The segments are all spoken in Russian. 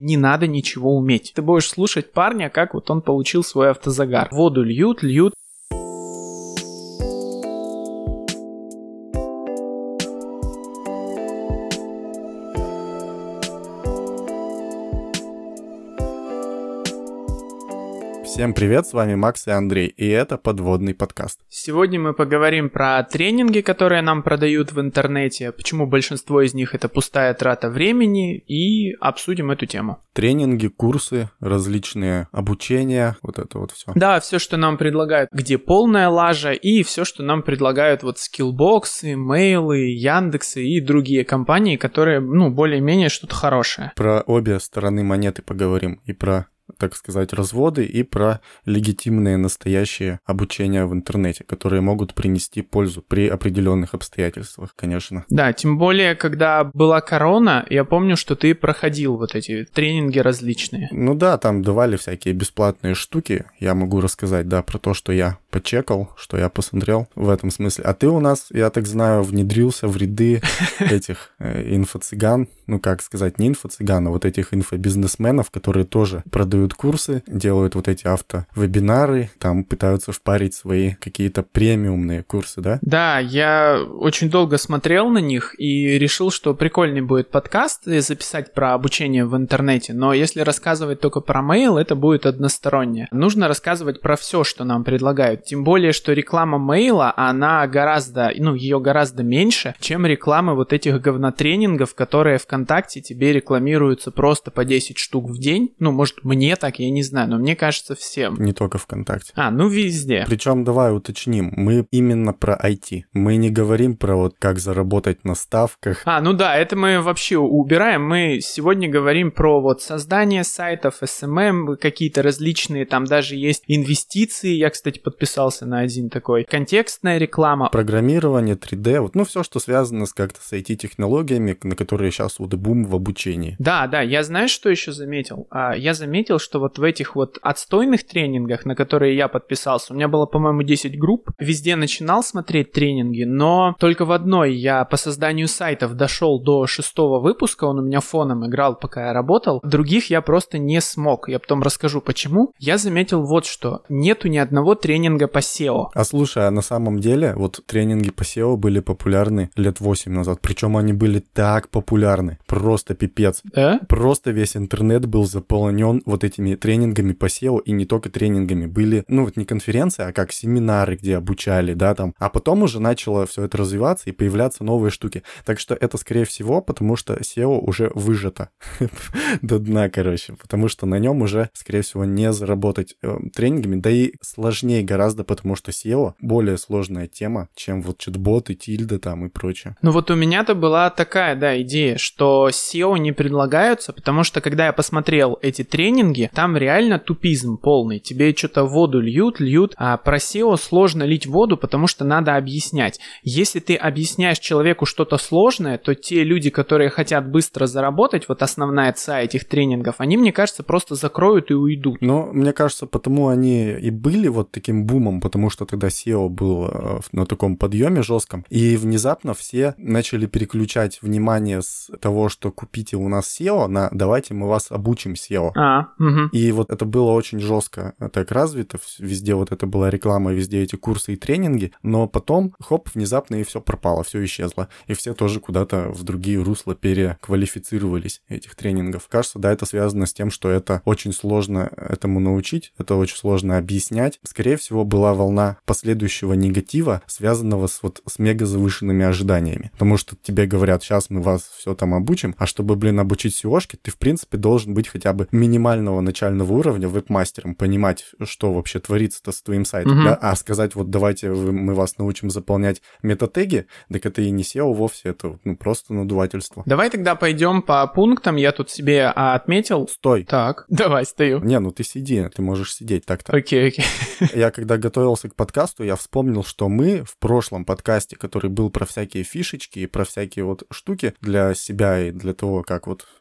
Не надо ничего уметь. Ты будешь слушать парня, как вот он получил свой автозагар. Воду льют. Всем привет, с вами Макс и Андрей, и это подводный подкаст. Сегодня мы поговорим про тренинги, которые нам продают в интернете, почему большинство из них это пустая трата времени, и обсудим эту тему. Тренинги, курсы, различные обучения, вот это вот все. Да, все, что нам предлагают, где полная лажа, и все, что нам предлагают вот Skillbox, Mail, Яндекс и другие компании, которые, более-менее что-то хорошее. Про обе стороны монеты поговорим, и про, так сказать, разводы, и про легитимные настоящие обучения в интернете, которые могут принести пользу при определенных обстоятельствах, конечно. Да, тем более, когда была корона, я помню, что ты проходил вот эти тренинги различные. Ну да, там давали всякие бесплатные штуки, я могу рассказать, да, про то, что я почекал, что я посмотрел в этом смысле. А ты у нас, я так знаю, внедрился в ряды этих инфо-цыган, не инфо-цыган, а вот этих инфобизнесменов, которые тоже продают курсы, делают вот эти автовебинары, там пытаются впарить свои какие-то премиумные курсы, да? Да, я очень долго смотрел на них и решил, что прикольный будет подкаст записать про обучение в интернете, но если рассказывать только про Mail, это будет одностороннее. Нужно рассказывать про все, что нам предлагают, тем более, что реклама Mail, она ее гораздо меньше, чем рекламы вот этих говнотренингов, которые ВКонтакте тебе рекламируются просто по 10 штук в день. Может, мне так, я не знаю, но мне кажется, всем. Не только ВКонтакте. Везде. Причем давай уточним, мы именно про IT. Мы не говорим про вот как заработать на ставках. Это мы вообще убираем. Мы сегодня говорим про вот создание сайтов, SMM, какие-то различные, там даже есть инвестиции. Я, кстати, подписался на один такой. Контекстная реклама. Программирование, 3D, все, что связано как-то с IT-технологиями, на которые сейчас бум в обучении. Да, я знаешь, что еще заметил? Я заметил, что вот в этих вот отстойных тренингах, на которые я подписался, у меня было, по-моему, 10 групп, везде начинал смотреть тренинги, но только в одной я по созданию сайтов дошел до 6-го выпуска, он у меня фоном играл, пока я работал, других я просто не смог, я потом расскажу почему. Я заметил вот что, нету ни одного тренинга по SEO. Слушай, на самом деле, тренинги по SEO были популярны лет 8 назад, причем они были так популярны, просто пипец. Да? Просто весь интернет был заполнен вот этими тренингами по SEO, и не только тренингами. Были, не конференции, а как семинары, где обучали, да, там. А потом уже начало все это развиваться и появляться новые штуки. Так что это, скорее всего, потому что SEO уже выжато до дна, потому что на нем уже, скорее всего, не заработать тренингами, да и сложнее гораздо, потому что SEO более сложная тема, чем чат-боты, тильда там и прочее. У меня-то была такая, идея, что SEO не предлагаются, потому что, когда я посмотрел эти тренинги, там реально тупизм полный. Тебе что-то воду льют, а про SEO сложно лить воду, потому что надо объяснять. Если ты объясняешь человеку что-то сложное, то те люди, которые хотят быстро заработать, основная цель этих тренингов, они, мне кажется, просто закроют и уйдут. Мне кажется, потому они и были таким бумом, потому что тогда SEO был на таком подъеме жестком, и внезапно все начали переключать внимание с того, что купите у нас SEO, на давайте мы вас обучим SEO. И это было очень жестко так развито, везде это была реклама, везде эти курсы и тренинги, но потом, внезапно и все пропало, все исчезло, и все тоже куда-то в другие русла переквалифицировались этих тренингов. Кажется, это связано с тем, что это очень сложно этому научить, это очень сложно объяснять. Скорее всего, была волна последующего негатива, связанного с мега завышенными ожиданиями, потому что тебе говорят, сейчас мы вас все там обучим, а чтобы, обучить SEO-шки, ты, в принципе, должен быть хотя бы минимального начального уровня веб-мастером, понимать, что вообще творится-то с твоим сайтом, да? А сказать, давайте мы вас научим заполнять метатеги, так это и не SEO вовсе, это просто надувательство. Давай тогда пойдем по пунктам, я тут себе отметил. Стой. Так, давай, стою. Не, ты сиди, ты можешь сидеть так-то. Окей. Я когда готовился к подкасту, я вспомнил, что мы в прошлом подкасте, который был про всякие фишечки и про всякие штуки для себя и для того, как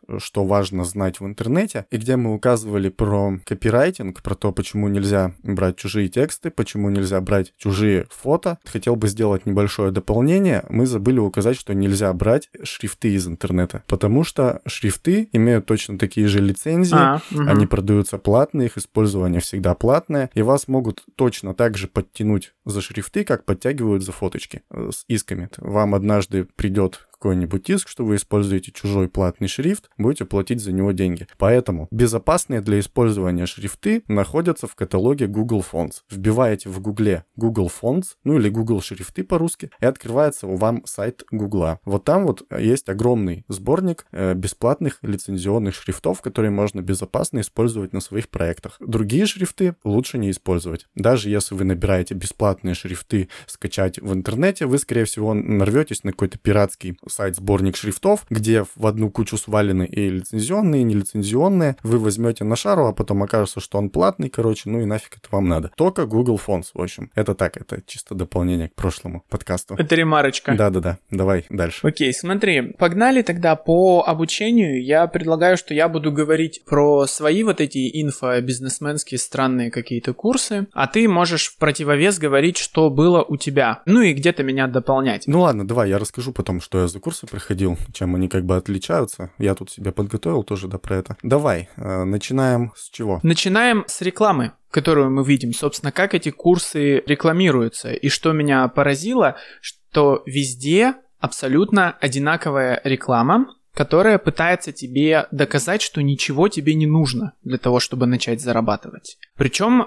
что важно знать в интернете, и где мы указывали про копирайтинг, про то, почему нельзя брать чужие тексты, почему нельзя брать чужие фото. Хотел бы сделать небольшое дополнение. Мы забыли указать, что нельзя брать шрифты из интернета, потому что шрифты имеют точно такие же лицензии, они продаются платные, их использование всегда платное, и вас могут точно так же подтянуть за шрифты, как подтягивают за фоточки с исками. Вам однажды придет какой-нибудь иск, что вы используете чужой платный шрифт, будете платить за него деньги. Поэтому безопасные для использования шрифты находятся в каталоге Google Fonts. Вбиваете в Гугле Google Fonts, или Google шрифты по-русски, и открывается вам сайт Гугла. Вот там вот есть огромный сборник бесплатных лицензионных шрифтов, которые можно безопасно использовать на своих проектах. Другие шрифты лучше не использовать. Даже если вы набираете бесплатные шрифты скачать в интернете, вы, скорее всего, нарветесь на какой-то пиратский сайт-сборник шрифтов, где в одну кучу свалены и лицензионные, и нелицензионные. Вы возьмете на шару, а потом окажется, что он платный, и нафиг это вам надо. Только Google Fonts, в общем. Это чисто дополнение к прошлому подкасту. Это ремарочка. Да-да-да. Давай дальше. Окей, смотри. Погнали тогда по обучению. Я предлагаю, что я буду говорить про свои вот эти инфобизнесменские странные какие-то курсы, а ты можешь в противовес говорить, что было у тебя. И где-то меня дополнять. Ладно, давай, я расскажу потом, что я за курсы проходил, чем они отличаются. Я тут себе подготовил тоже, про это. Давай, начинаем с чего? Начинаем с рекламы, которую мы видим. Собственно, как эти курсы рекламируются. И что меня поразило, что везде абсолютно одинаковая реклама, которая пытается тебе доказать, что ничего тебе не нужно для того, чтобы начать зарабатывать. Причем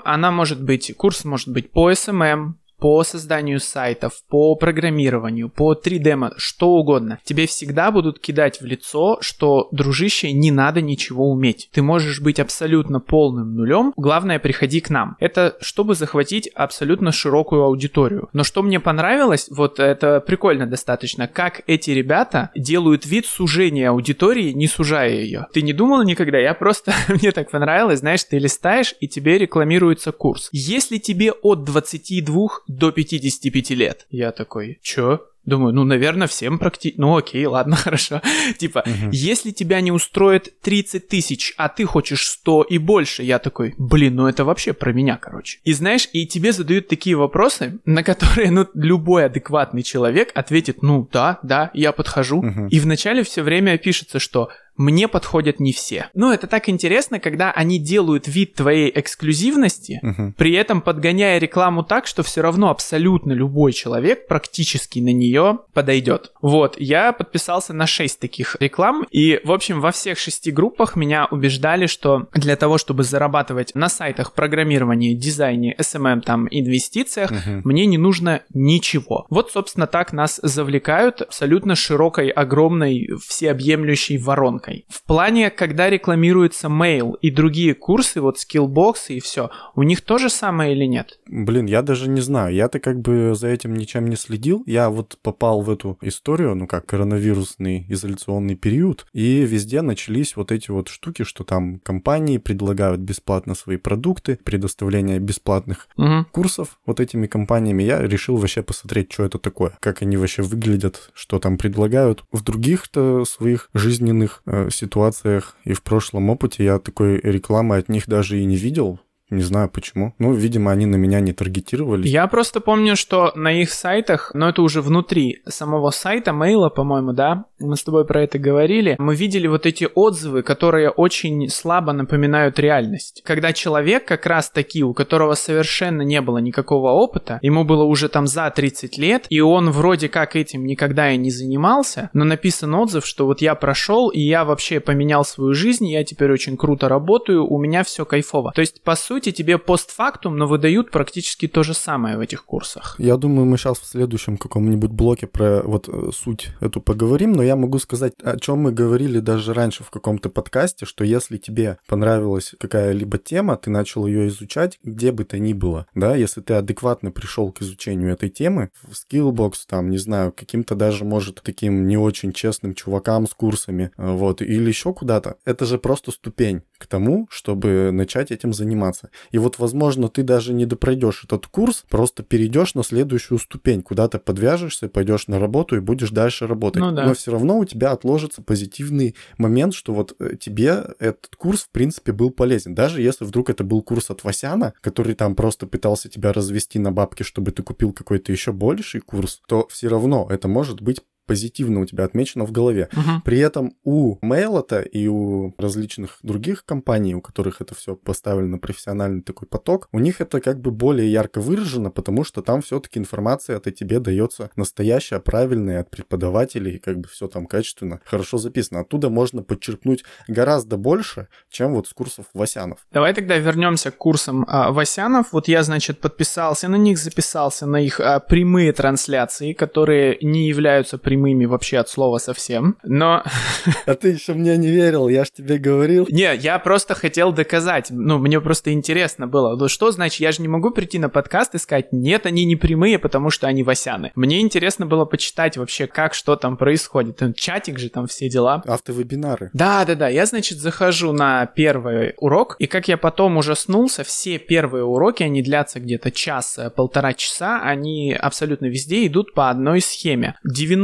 курс может быть по SMM, по созданию сайтов, по программированию, по 3D, что угодно. Тебе всегда будут кидать в лицо, что, дружище, не надо ничего уметь. Ты можешь быть абсолютно полным нулем, главное, приходи к нам. Это чтобы захватить абсолютно широкую аудиторию. Но что мне понравилось, это прикольно достаточно, как эти ребята делают вид сужения аудитории, не сужая ее. Ты не думал никогда? Мне так понравилось, знаешь, ты листаешь, и тебе рекламируется курс. Если тебе от 22 до 55 лет. Я такой, чё? Думаю, наверное, всем окей, ладно, хорошо. Если тебя не устроит 30 тысяч, а ты хочешь 100 и больше, я такой, это вообще про меня, И знаешь, и тебе задают такие вопросы, на которые, любой адекватный человек ответит, да, я подхожу. И вначале все время пишется, что мне подходят не все. Это так интересно, когда они делают вид твоей эксклюзивности, при этом подгоняя рекламу так, что все равно абсолютно любой человек практически на нее подойдет. Я подписался на 6 таких реклам, и, в общем, во всех 6 группах меня убеждали, что для того, чтобы зарабатывать на сайтах программировании, дизайне, SMM, инвестициях, мне не нужно ничего. Собственно, так нас завлекают абсолютно широкой, огромной, всеобъемлющей воронкой. В плане, когда рекламируется Mail и другие курсы, Skillbox и все, у них то же самое или нет? Я даже не знаю. Я-то за этим ничем не следил. Я попал в эту историю, коронавирусный изоляционный период, и везде начались эти штуки, что там компании предлагают бесплатно свои продукты, предоставление бесплатных курсов этими компаниями. Я решил вообще посмотреть, что это такое, как они вообще выглядят, что там предлагают. В других-то своих жизненных ситуациях и в прошлом опыте я такой рекламы от них даже и не видел. Не знаю почему. Видимо, они на меня не таргетировались. Я просто помню, что на их сайтах, это уже внутри самого сайта, мейла, по-моему, да, мы с тобой про это говорили, мы видели эти отзывы, которые очень слабо напоминают реальность. Когда человек как раз таки, у которого совершенно не было никакого опыта, ему было уже за 30 лет, и он вроде как этим никогда и не занимался, но написан отзыв, что я прошел, и я вообще поменял свою жизнь, я теперь очень круто работаю, у меня все кайфово. То есть, по сути, тебе постфактум, но выдают практически то же самое в этих курсах. Я думаю, мы сейчас в следующем каком-нибудь блоке про суть эту поговорим, но я могу сказать, о чем мы говорили даже раньше в каком-то подкасте, что если тебе понравилась какая-либо тема, ты начал ее изучать, где бы то ни было, да, если ты адекватно пришел к изучению этой темы, в Skillbox, не знаю, каким-то даже, может, таким не очень честным чувакам с курсами, или еще куда-то, это же просто ступень к тому, чтобы начать этим заниматься. И вот, возможно, ты даже не допройдешь этот курс, просто перейдешь на следующую ступень, куда-то подвяжешься, пойдешь на работу и будешь дальше работать. Ну да. Но все равно у тебя отложится позитивный момент, что вот тебе этот курс, в принципе, был полезен. Даже если вдруг это был курс от Васяна, который там просто пытался тебя развести на бабки, чтобы ты купил какой-то еще больший курс, то все равно это может быть позитивно у тебя отмечено в голове. При этом у Mail-то и у различных других компаний, у которых это все поставлено на профессиональный такой поток, у них это как бы более ярко выражено, потому что там все-таки информация о тебе дается настоящая, правильная, от преподавателей, как бы все там качественно, хорошо записано. Оттуда можно подчеркнуть гораздо больше, чем вот с курсов Васянов. Давай тогда вернемся к курсам Васянов. Вот я, значит, подписался на них, записался на их прямые трансляции, которые не являются прямыми вообще от слова совсем, но... А ты еще мне не верил, я ж тебе говорил. Не, я просто хотел доказать, мне просто интересно было. Ну что значит, я же не могу прийти на подкаст и сказать, нет, они не прямые, потому что они Васяны. Мне интересно было почитать вообще, как, что там происходит. Чатик же там, все дела. Автовебинары. Да, я, значит, захожу на первый урок, и как я потом ужаснулся, все первые уроки, они длятся где-то час-полтора часа, они абсолютно везде идут по одной схеме.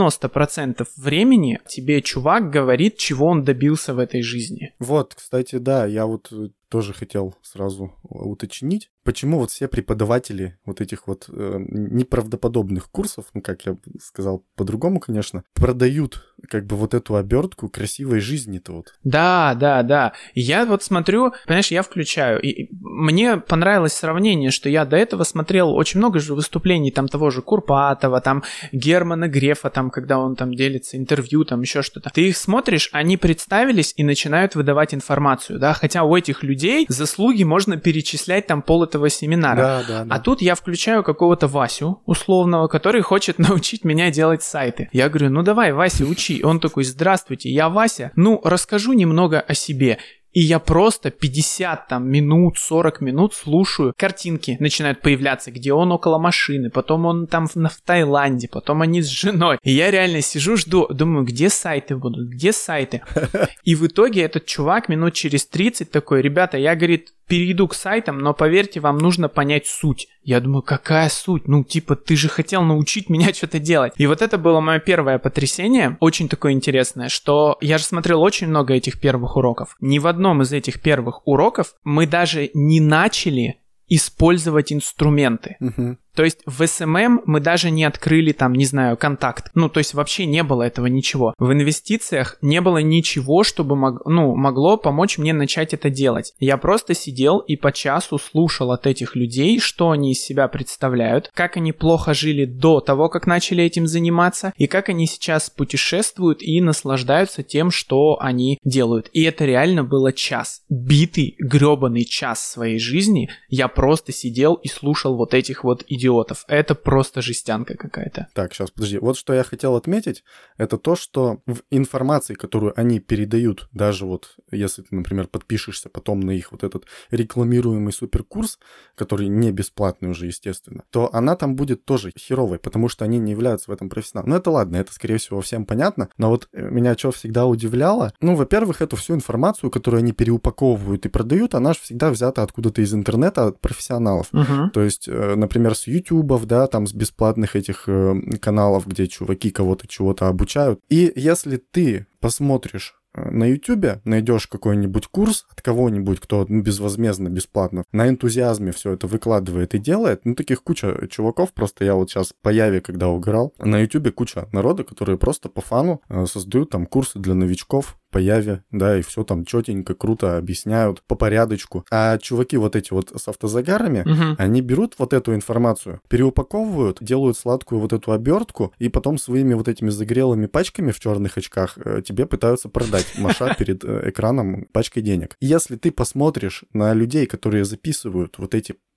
90% времени тебе чувак говорит, чего он добился в этой жизни. Вот, кстати, да, я вот тоже хотел сразу уточнить, почему вот все преподаватели вот этих вот неправдоподобных курсов, как я сказал по-другому, конечно, продают как бы вот эту обертку красивой жизни-то вот. Да. И я вот смотрю, понимаешь, я включаю, и мне понравилось сравнение, что я до этого смотрел очень много же выступлений там того же Курпатова, там Германа Грефа, там, когда он там делится интервью, там еще что-то. Ты их смотришь, они представились и начинают выдавать информацию, да, хотя у этих людей заслуги можно перечислять там пол этого семинара. Да. А тут я включаю какого-то Васю условного, который хочет научить меня делать сайты. Я говорю, ну давай, Вася, учи. И он такой, здравствуйте, я Вася. Расскажу немного о себе. И я просто 50 минут, 40 минут слушаю. Картинки начинают появляться, где он около машины, потом он там в Таиланде, потом они с женой. И я реально сижу, жду, думаю, где сайты будут, где сайты. И в итоге этот чувак минут через 30 такой, ребята, я, говорит, перейду к сайтам, но поверьте, вам нужно понять суть. Я думаю, какая суть? Ты же хотел научить меня что-то делать. И вот это было мое первое потрясение, очень такое интересное, что я же смотрел очень много этих первых уроков. Ни в одном из этих первых уроков мы даже не начали использовать инструменты. То есть в SMM мы даже не открыли там, не знаю, контакт. То есть вообще не было этого ничего. В инвестициях не было ничего, чтобы могло помочь мне начать это делать. Я просто сидел и по часу слушал от этих людей, что они из себя представляют, как они плохо жили до того, как начали этим заниматься, и как они сейчас путешествуют и наслаждаются тем, что они делают. И это реально было час. Битый, гребаный час своей жизни я просто сидел и слушал вот этих вот идиотов. Это просто жестянка какая-то. Так, сейчас, подожди. Вот что я хотел отметить, это то, что в информации, которую они передают, даже вот если ты, например, подпишешься потом на их вот этот рекламируемый суперкурс, который не бесплатный уже, естественно, то она там будет тоже херовой, потому что они не являются в этом профессионалами. Это ладно, это, скорее всего, всем понятно, но вот меня что всегда удивляло, во-первых, эту всю информацию, которую они переупаковывают и продают, она же всегда взята откуда-то из интернета, от профессионалов. То есть, например, с ютубов, да, там с бесплатных этих каналов, где чуваки кого-то чего-то обучают. И если ты посмотришь на ютубе, найдешь какой-нибудь курс от кого-нибудь, кто безвозмездно, бесплатно, на энтузиазме все это выкладывает и делает, таких куча чуваков, просто я вот сейчас по Яве, когда угорал, на ютубе куча народа, которые просто по фану создают там курсы для новичков, по Яве, да, и все там четенько, круто объясняют по порядочку. А чуваки вот эти вот с автозагарами, они берут вот эту информацию, переупаковывают, делают сладкую вот эту обертку, и потом своими вот этими загрелыми пачками в черных очках тебе пытаются продать, маша перед экраном пачкой денег. И если ты посмотришь на людей, которые записывают вот эти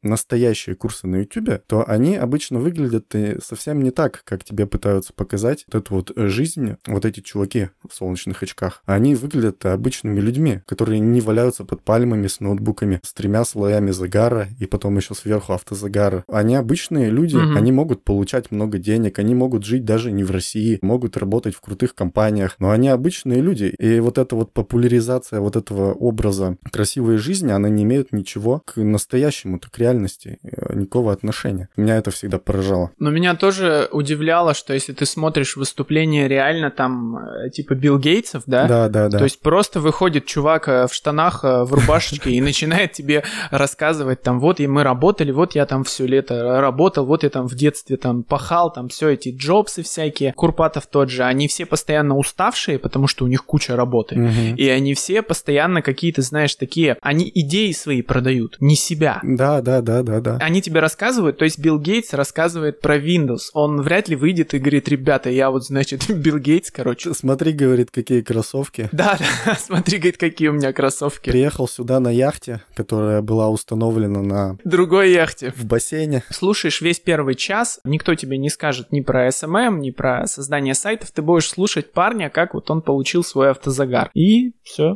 настоящие курсы на YouTube, то они обычно выглядят совсем не так, как тебе пытаются показать вот эту вот жизнь, вот эти чуваки в солнечных очках. Они выглядят обычными людьми, которые не валяются под пальмами с ноутбуками, с 3 слоями загара и потом еще сверху автозагара. Они обычные люди, они могут получать много денег, они могут жить даже не в России, могут работать в крутых компаниях, но они обычные люди. И вот эта вот популяризация вот этого образа красивой жизни, она не имеет ничего к настоящему, к реальности, никакого отношения. Меня это всегда поражало. Но меня тоже удивляло, что если ты смотришь выступление реально там типа Билл Гейтсов, да? Да. То есть просто выходит чувак в штанах, в рубашечке и начинает тебе рассказывать там, вот и мы работали, вот я там все лето работал, вот я там в детстве там пахал, там все эти Джобсы всякие, Курпатов тот же, они все постоянно уставшие, потому что у них куча работы. И они все постоянно какие-то, знаешь, такие, они идеи свои продают, не себя. Да. Они тебе рассказывают, то есть Билл Гейтс рассказывает про Windows, он вряд ли выйдет и говорит, ребята, я вот, значит, Билл Гейтс, короче. Смотри, говорит, какие кроссовки. Да, смотри, говорит, какие у меня кроссовки. Приехал сюда на яхте, которая была установлена на... другой яхте. В бассейне. Слушаешь весь первый час, никто тебе не скажет ни про SMM, ни про создание сайтов, ты будешь слушать парня, как вот он получил свой автозагар. И все.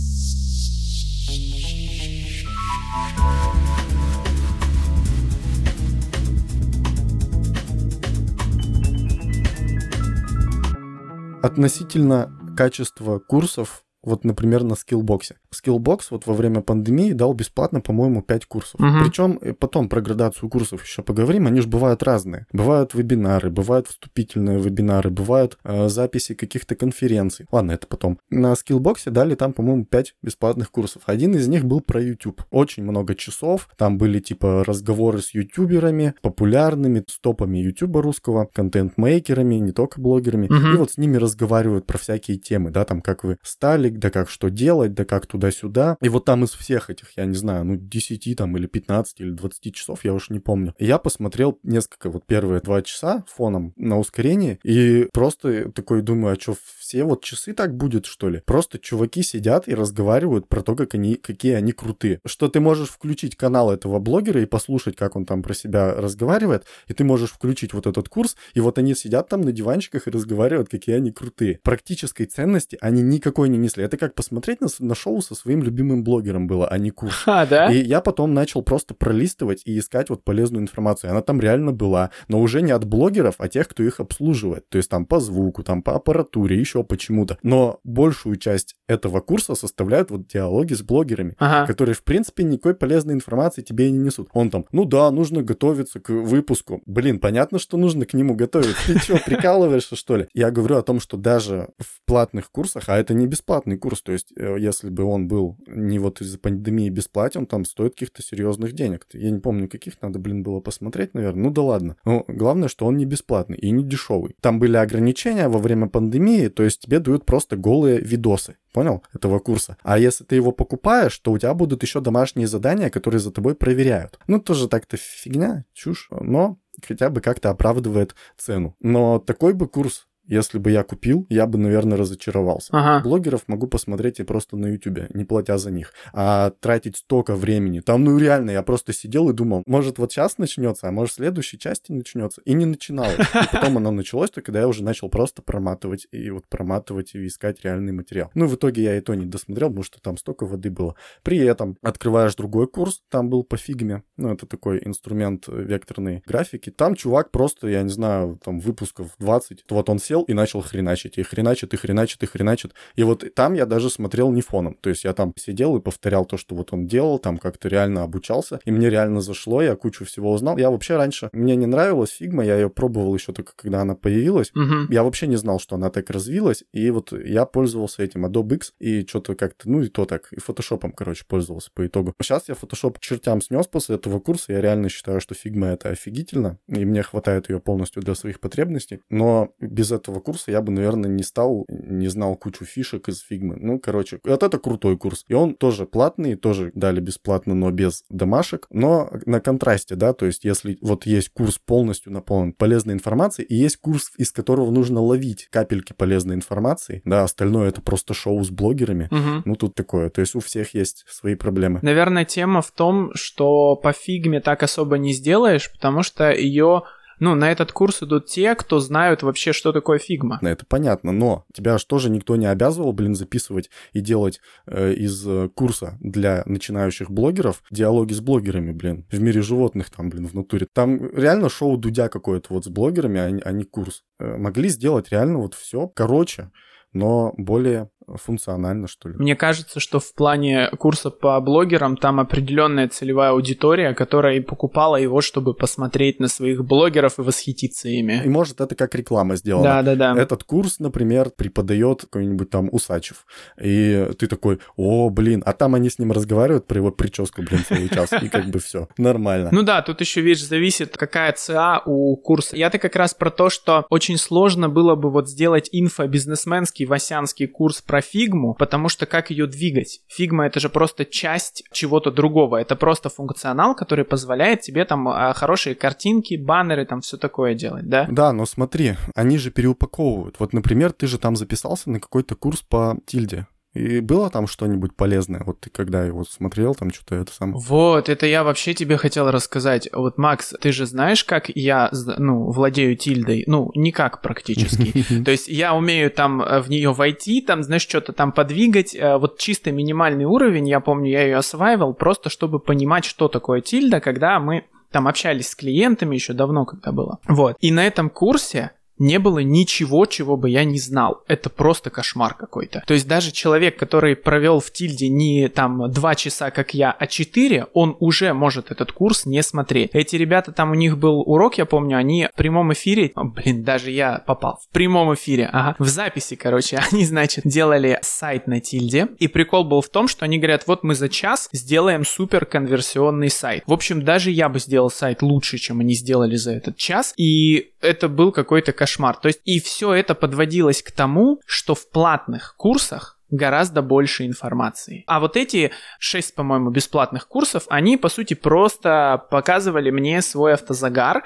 Относительно качества курсов, вот, например, на Skillbox. Skillbox вот во время пандемии дал бесплатно, по-моему, 5 курсов. Причем потом про градацию курсов еще поговорим, они же бывают разные. Бывают вебинары, бывают вступительные вебинары, бывают записи каких-то конференций. Ладно, это потом. На Skillbox дали там, по-моему, 5 бесплатных курсов. Один из них был про YouTube. Очень много часов. Там были типа разговоры с ютуберами, популярными, с топами ютуба русского, контент-мейкерами, не только блогерами. И вот с ними разговаривают про всякие темы, да, там как вы стали, да как что делать, да как туда-сюда. И вот там из всех этих, я не знаю, 10 там или 15 или 20 часов, я уж не помню. Я посмотрел несколько, вот первые 2 часа фоном на ускорении, и просто такой думаю, а что, все вот часы так будет, что ли? Просто чуваки сидят и разговаривают про то, какие они крутые. Что ты можешь включить канал этого блогера и послушать, как он там про себя разговаривает, и ты можешь включить вот этот курс, и вот они сидят там на диванчиках и разговаривают, какие они крутые. Практической ценности они никакой не несли. Это как посмотреть на шоу со своим любимым блогером было, а не курс. Да? И я потом начал просто пролистывать и искать вот полезную информацию. Она там реально была, но уже не от блогеров, а тех, кто их обслуживает. То есть там по звуку, там по аппаратуре, еще почему-то. Но большую часть этого курса составляют вот диалоги с блогерами, которые, в принципе, никакой полезной информации тебе и не несут. Он там, нужно готовиться к выпуску. Блин, понятно, что нужно к нему готовиться. Ты что, прикалываешься, что ли? Я говорю о том, что даже в платных курсах, а это не бесплатный курс, то есть если бы он был не вот из-за пандемии бесплатен, он там стоит каких-то серьезных денег. Я не помню, каких надо, было посмотреть, наверное. Ну да ладно. Но главное, что он не бесплатный и не дешевый. Там были ограничения во время пандемии, то есть тебе дают просто голые видосы. Понял? Этого курса. А если ты его покупаешь, то у тебя будут еще домашние задания, которые за тобой проверяют. Тоже так-то фигня, чушь, но хотя бы как-то оправдывает цену. Но такой бы курс, если бы я купил, я бы, наверное, разочаровался. Блогеров могу посмотреть и просто на Ютубе, не платя за них. А тратить столько времени. Там, реально, я просто сидел и думал, может, вот сейчас начнется, а может, в следующей части начнется. И не начиналось. И потом оно началось, только когда я уже начал просто проматывать и искать реальный материал. В итоге я и то не досмотрел, потому что там столько воды было. При этом открываешь другой курс, там был по фигме. Это такой инструмент векторной графики. Там чувак просто, я не знаю, там выпусков 20. Вот он сел и начал хреначить. И хреначит. И вот там я даже смотрел не фоном. То есть я там сидел и повторял то, что вот он делал, там как-то реально обучался. И мне реально зашло, я кучу всего узнал. Я вообще раньше, мне не нравилась фигма, я ее пробовал еще только когда она появилась. Я вообще не знал, что она так развилась. И вот я пользовался этим Adobe X и что-то как-то, и то так. И фотошопом, пользовался по итогу. Сейчас я Photoshop к чертям снес после этого курса. Я реально считаю, что фигма это офигительно. И мне хватает ее полностью для своих потребностей. Но без этого этого курса я бы, наверное, не знал кучу фишек из фигмы. Ну, короче, вот это крутой курс. И он тоже платный, тоже дали бесплатно, но без домашек, но на контрасте, да, то есть если вот есть курс полностью наполнен полезной информацией, и есть курс, из которого нужно ловить капельки полезной информации, да, остальное это просто шоу с блогерами, ну, тут такое, то есть у всех есть свои проблемы. Наверное, тема в том, что по фигме так особо не сделаешь, потому что ее... Ну, на этот курс идут те, кто знают вообще, что такое фигма. Это понятно, но тебя же тоже никто не обязывал, записывать и делать из курса для начинающих блогеров диалоги с блогерами, в мире животных там, в натуре. Там реально шоу Дудя какое-то вот с блогерами, а не курс. Могли сделать реально вот все короче, но более функционально, что ли. Мне кажется, что в плане курса по блогерам там определенная целевая аудитория, которая и покупала его, чтобы посмотреть на своих блогеров и восхититься ими. И может это как реклама сделана. Да. Этот курс, например, преподает какой-нибудь там Усачев. И ты такой, а там они с ним разговаривают про его прическу, целый час, и как бы все нормально. Ну да, тут еще, видишь, зависит, какая ЦА у курса. Я-то как раз про то, что очень сложно было бы вот сделать инфобизнесменский, васянский курс про фигму, потому что как ее двигать? Фигма — это же просто часть чего-то другого. Это просто функционал, который позволяет тебе там хорошие картинки, баннеры, там все такое делать, да? Да, но смотри, они же переупаковывают. Вот, например, ты же там записался на какой-то курс по тильде. И было там что-нибудь полезное? Вот ты когда его смотрел, там что-то это самое... Вот, это я вообще тебе хотел рассказать. Вот, Макс, ты же знаешь, как я, владею тильдой? Ну, никак практически. То есть я умею там в нее войти, там, знаешь, что-то там подвигать. Вот чисто минимальный уровень, я помню, я ее осваивал, просто чтобы понимать, что такое тильда, когда мы там общались с клиентами еще давно, когда было. Вот. И на этом курсе не было ничего, чего бы я не знал. Это просто кошмар какой-то. То есть даже человек, который провел в тильде не там 2 часа, как я, а 4, он уже может этот курс не смотреть. Эти ребята, там у них был урок, я помню, они в прямом эфире, даже я попал в прямом эфире, в записи, они, значит, делали сайт на тильде, и прикол был в том, что они говорят, вот мы за час сделаем супер конверсионный сайт. В общем, даже я бы сделал сайт лучше, чем они сделали за этот час, и это был какой-то кошмар. То есть и все это подводилось к тому, что в платных курсах гораздо больше информации. А вот эти 6, по-моему, бесплатных курсов, они, по сути, просто показывали мне свой автозагар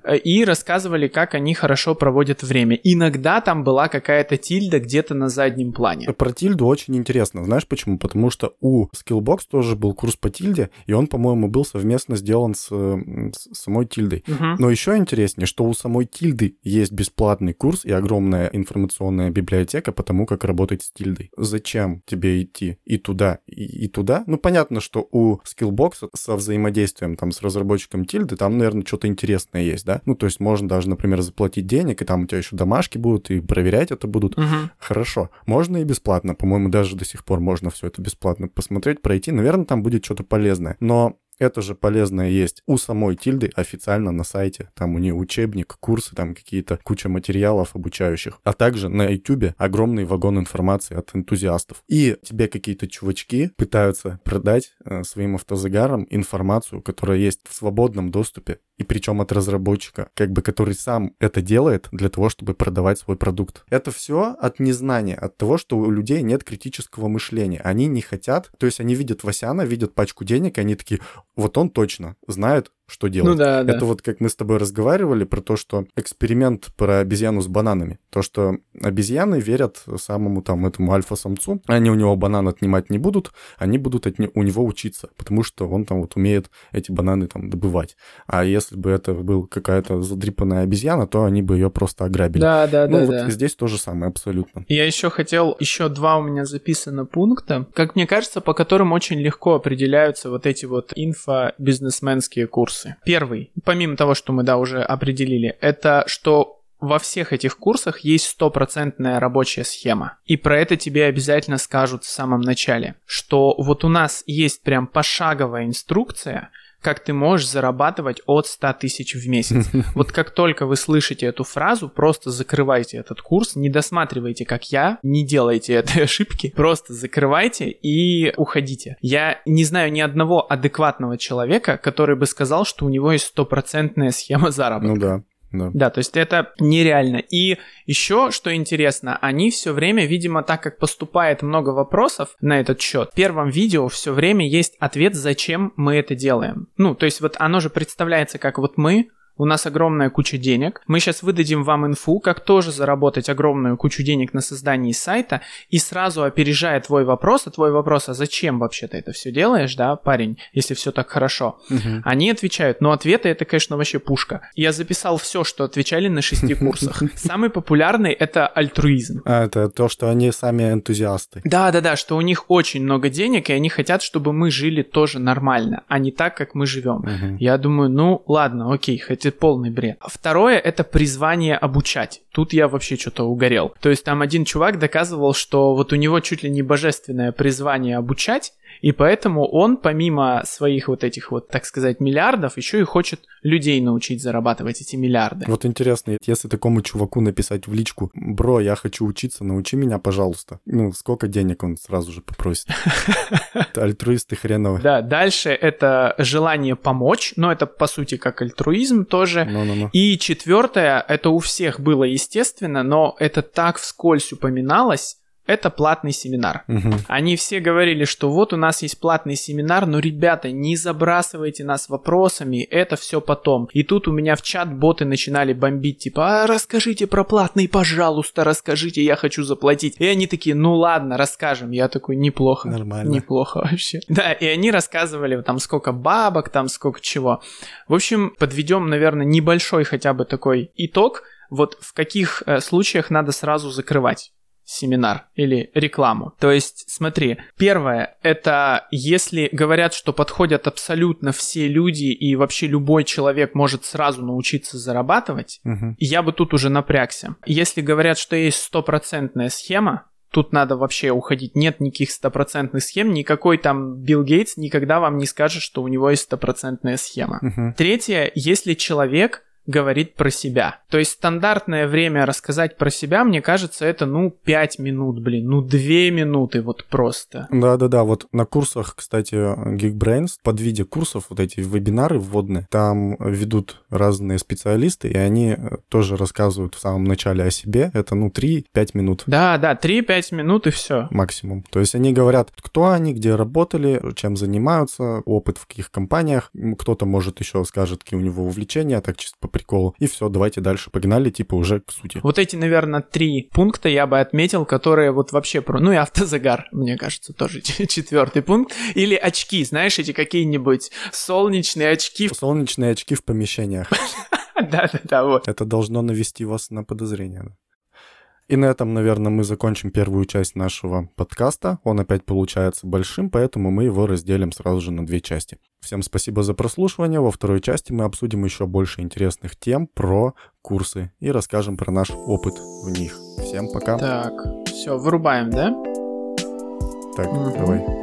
и рассказывали, как они хорошо проводят время. Иногда там была какая-то тильда где-то на заднем плане. Про тильду очень интересно. Знаешь почему? Потому что у Skillbox тоже был курс по тильде, и он, по-моему, был совместно сделан с самой тильдой. Но еще интереснее, что у самой тильды есть бесплатный курс и огромная информационная библиотека по тому, как работать с тильдой. Зачем тебе идти и туда, и туда? Ну, понятно, что у Skillbox со взаимодействием там с разработчиком тильды, там, наверное, что-то интересное есть, да? Ну, то есть можно даже, например, заплатить денег, и там у тебя еще домашки будут, и проверять это будут. Хорошо. Можно и бесплатно. По-моему, даже до сих пор можно все это бесплатно посмотреть, пройти. Наверное, там будет что-то полезное. Но это же полезное есть у самой тильды официально на сайте. Там у нее учебник, курсы, там какие-то куча материалов обучающих. А также на YouTube огромный вагон информации от энтузиастов. И тебе какие-то чувачки пытаются продать своим автозагаром информацию, которая есть в свободном доступе. И причем от разработчика, который сам это делает для того, чтобы продавать свой продукт. Это все от незнания, от того, что у людей нет критического мышления. Они не хотят, то есть они видят Васяна, видят пачку денег, и они такие, вот он точно знает, что делать. Ну да, это вот как мы с тобой разговаривали про то, что эксперимент про обезьяну с бананами. То, что обезьяны верят самому там этому альфа-самцу, они у него банан отнимать не будут, они будут у него учиться, потому что он там вот умеет эти бананы там добывать. А если бы это был какая-то задрипанная обезьяна, то они бы ее просто ограбили. Да. Здесь то же самое абсолютно. Я еще хотел, еще 2 у меня записано пункта, как мне кажется, по которым очень легко определяются вот эти вот инфобизнесменские курсы. Первый, помимо того, что мы, уже определили, это что во всех этих курсах есть 100% рабочая схема. И про это тебе обязательно скажут в самом начале, что вот у нас есть прям пошаговая инструкция, как ты можешь зарабатывать от 100 тысяч в месяц. Вот как только вы слышите эту фразу, просто закрывайте этот курс, не досматривайте, как я, не делайте этой ошибки, просто закрывайте и уходите. Я не знаю ни одного адекватного человека, который бы сказал, что у него есть 100% схема заработка. Ну да. Да, то есть это нереально. И еще, что интересно, они все время, видимо, так как поступает много вопросов на этот счет, в первом видео все время есть ответ, зачем мы это делаем. Ну, то есть вот оно же представляется как вот у нас огромная куча денег. Мы сейчас выдадим вам инфу, как тоже заработать огромную кучу денег на создании сайта, и сразу опережая твой вопрос, а зачем вообще ты это все делаешь, да, парень, если все так хорошо? Они отвечают, ответы это, конечно, вообще пушка. Я записал все, что отвечали на 6 курсах. Самый популярный это альтруизм. Это то, что они сами энтузиасты. Да, что у них очень много денег, и они хотят, чтобы мы жили тоже нормально, а не так, как мы живем. Я думаю, ладно, окей, это полный бред. Второе, это призвание обучать. Тут я вообще что-то угорел. То есть там один чувак доказывал, что вот у него чуть ли не божественное призвание обучать, и поэтому он, помимо своих вот этих вот, так сказать, миллиардов, еще и хочет людей научить зарабатывать эти миллиарды. Вот интересно, если такому чуваку написать в личку: бро, я хочу учиться, научи меня, пожалуйста. Сколько денег он сразу же попросит? Альтруисты хреновы. Да, дальше это желание помочь, но это по сути как альтруизм тоже. И четвертое, это у всех было естественно, но это так вскользь упоминалось. Это платный семинар. Они все говорили, что вот у нас есть платный семинар, но, ребята, не забрасывайте нас вопросами, это все потом. И тут у меня в чат боты начинали бомбить, типа, расскажите про платный, пожалуйста, расскажите, я хочу заплатить. И они такие, ладно, расскажем. Я такой, неплохо. Нормально. Неплохо вообще. Да, и они рассказывали там сколько бабок, там сколько чего. В общем, подведем, наверное, небольшой хотя бы такой итог. Вот в каких случаях надо сразу закрывать семинар или рекламу. То есть, смотри, первое, это если говорят, что подходят абсолютно все люди и вообще любой человек может сразу научиться зарабатывать, я бы тут уже напрягся. Если говорят, что есть 100% схема, тут надо вообще уходить. Нет никаких 100% схем, никакой там Билл Гейтс никогда вам не скажет, что у него есть 100% схема. Третье, если человек говорит про себя. То есть стандартное время рассказать про себя, мне кажется, это 5 минут, 2 минуты вот просто. Да, вот на курсах, кстати, Geekbrains, под виде курсов, вот эти вебинары вводные, там ведут разные специалисты, и они тоже рассказывают в самом начале о себе. Это 3-5 минут. Да, 3-5 минут и все. Максимум. То есть они говорят, кто они, где работали, чем занимаются, опыт в каких компаниях. Кто-то, может, еще скажет, какие у него увлечения, так чисто по приколу. И все, давайте дальше. Погнали, уже к сути. Вот эти, наверное, 3 пункта я бы отметил, которые вот вообще про... и автозагар, мне кажется, тоже 4-й пункт. Или очки, знаешь, эти какие-нибудь солнечные очки. Солнечные очки в помещениях. Да, вот. Это должно навести вас на подозрение. И на этом, наверное, мы закончим первую часть нашего подкаста. Он опять получается большим, поэтому мы его разделим сразу же на 2 части. Всем спасибо за прослушивание. Во второй части мы обсудим еще больше интересных тем про курсы и расскажем про наш опыт в них. Всем пока. Так, все, вырубаем, да? Так, давай.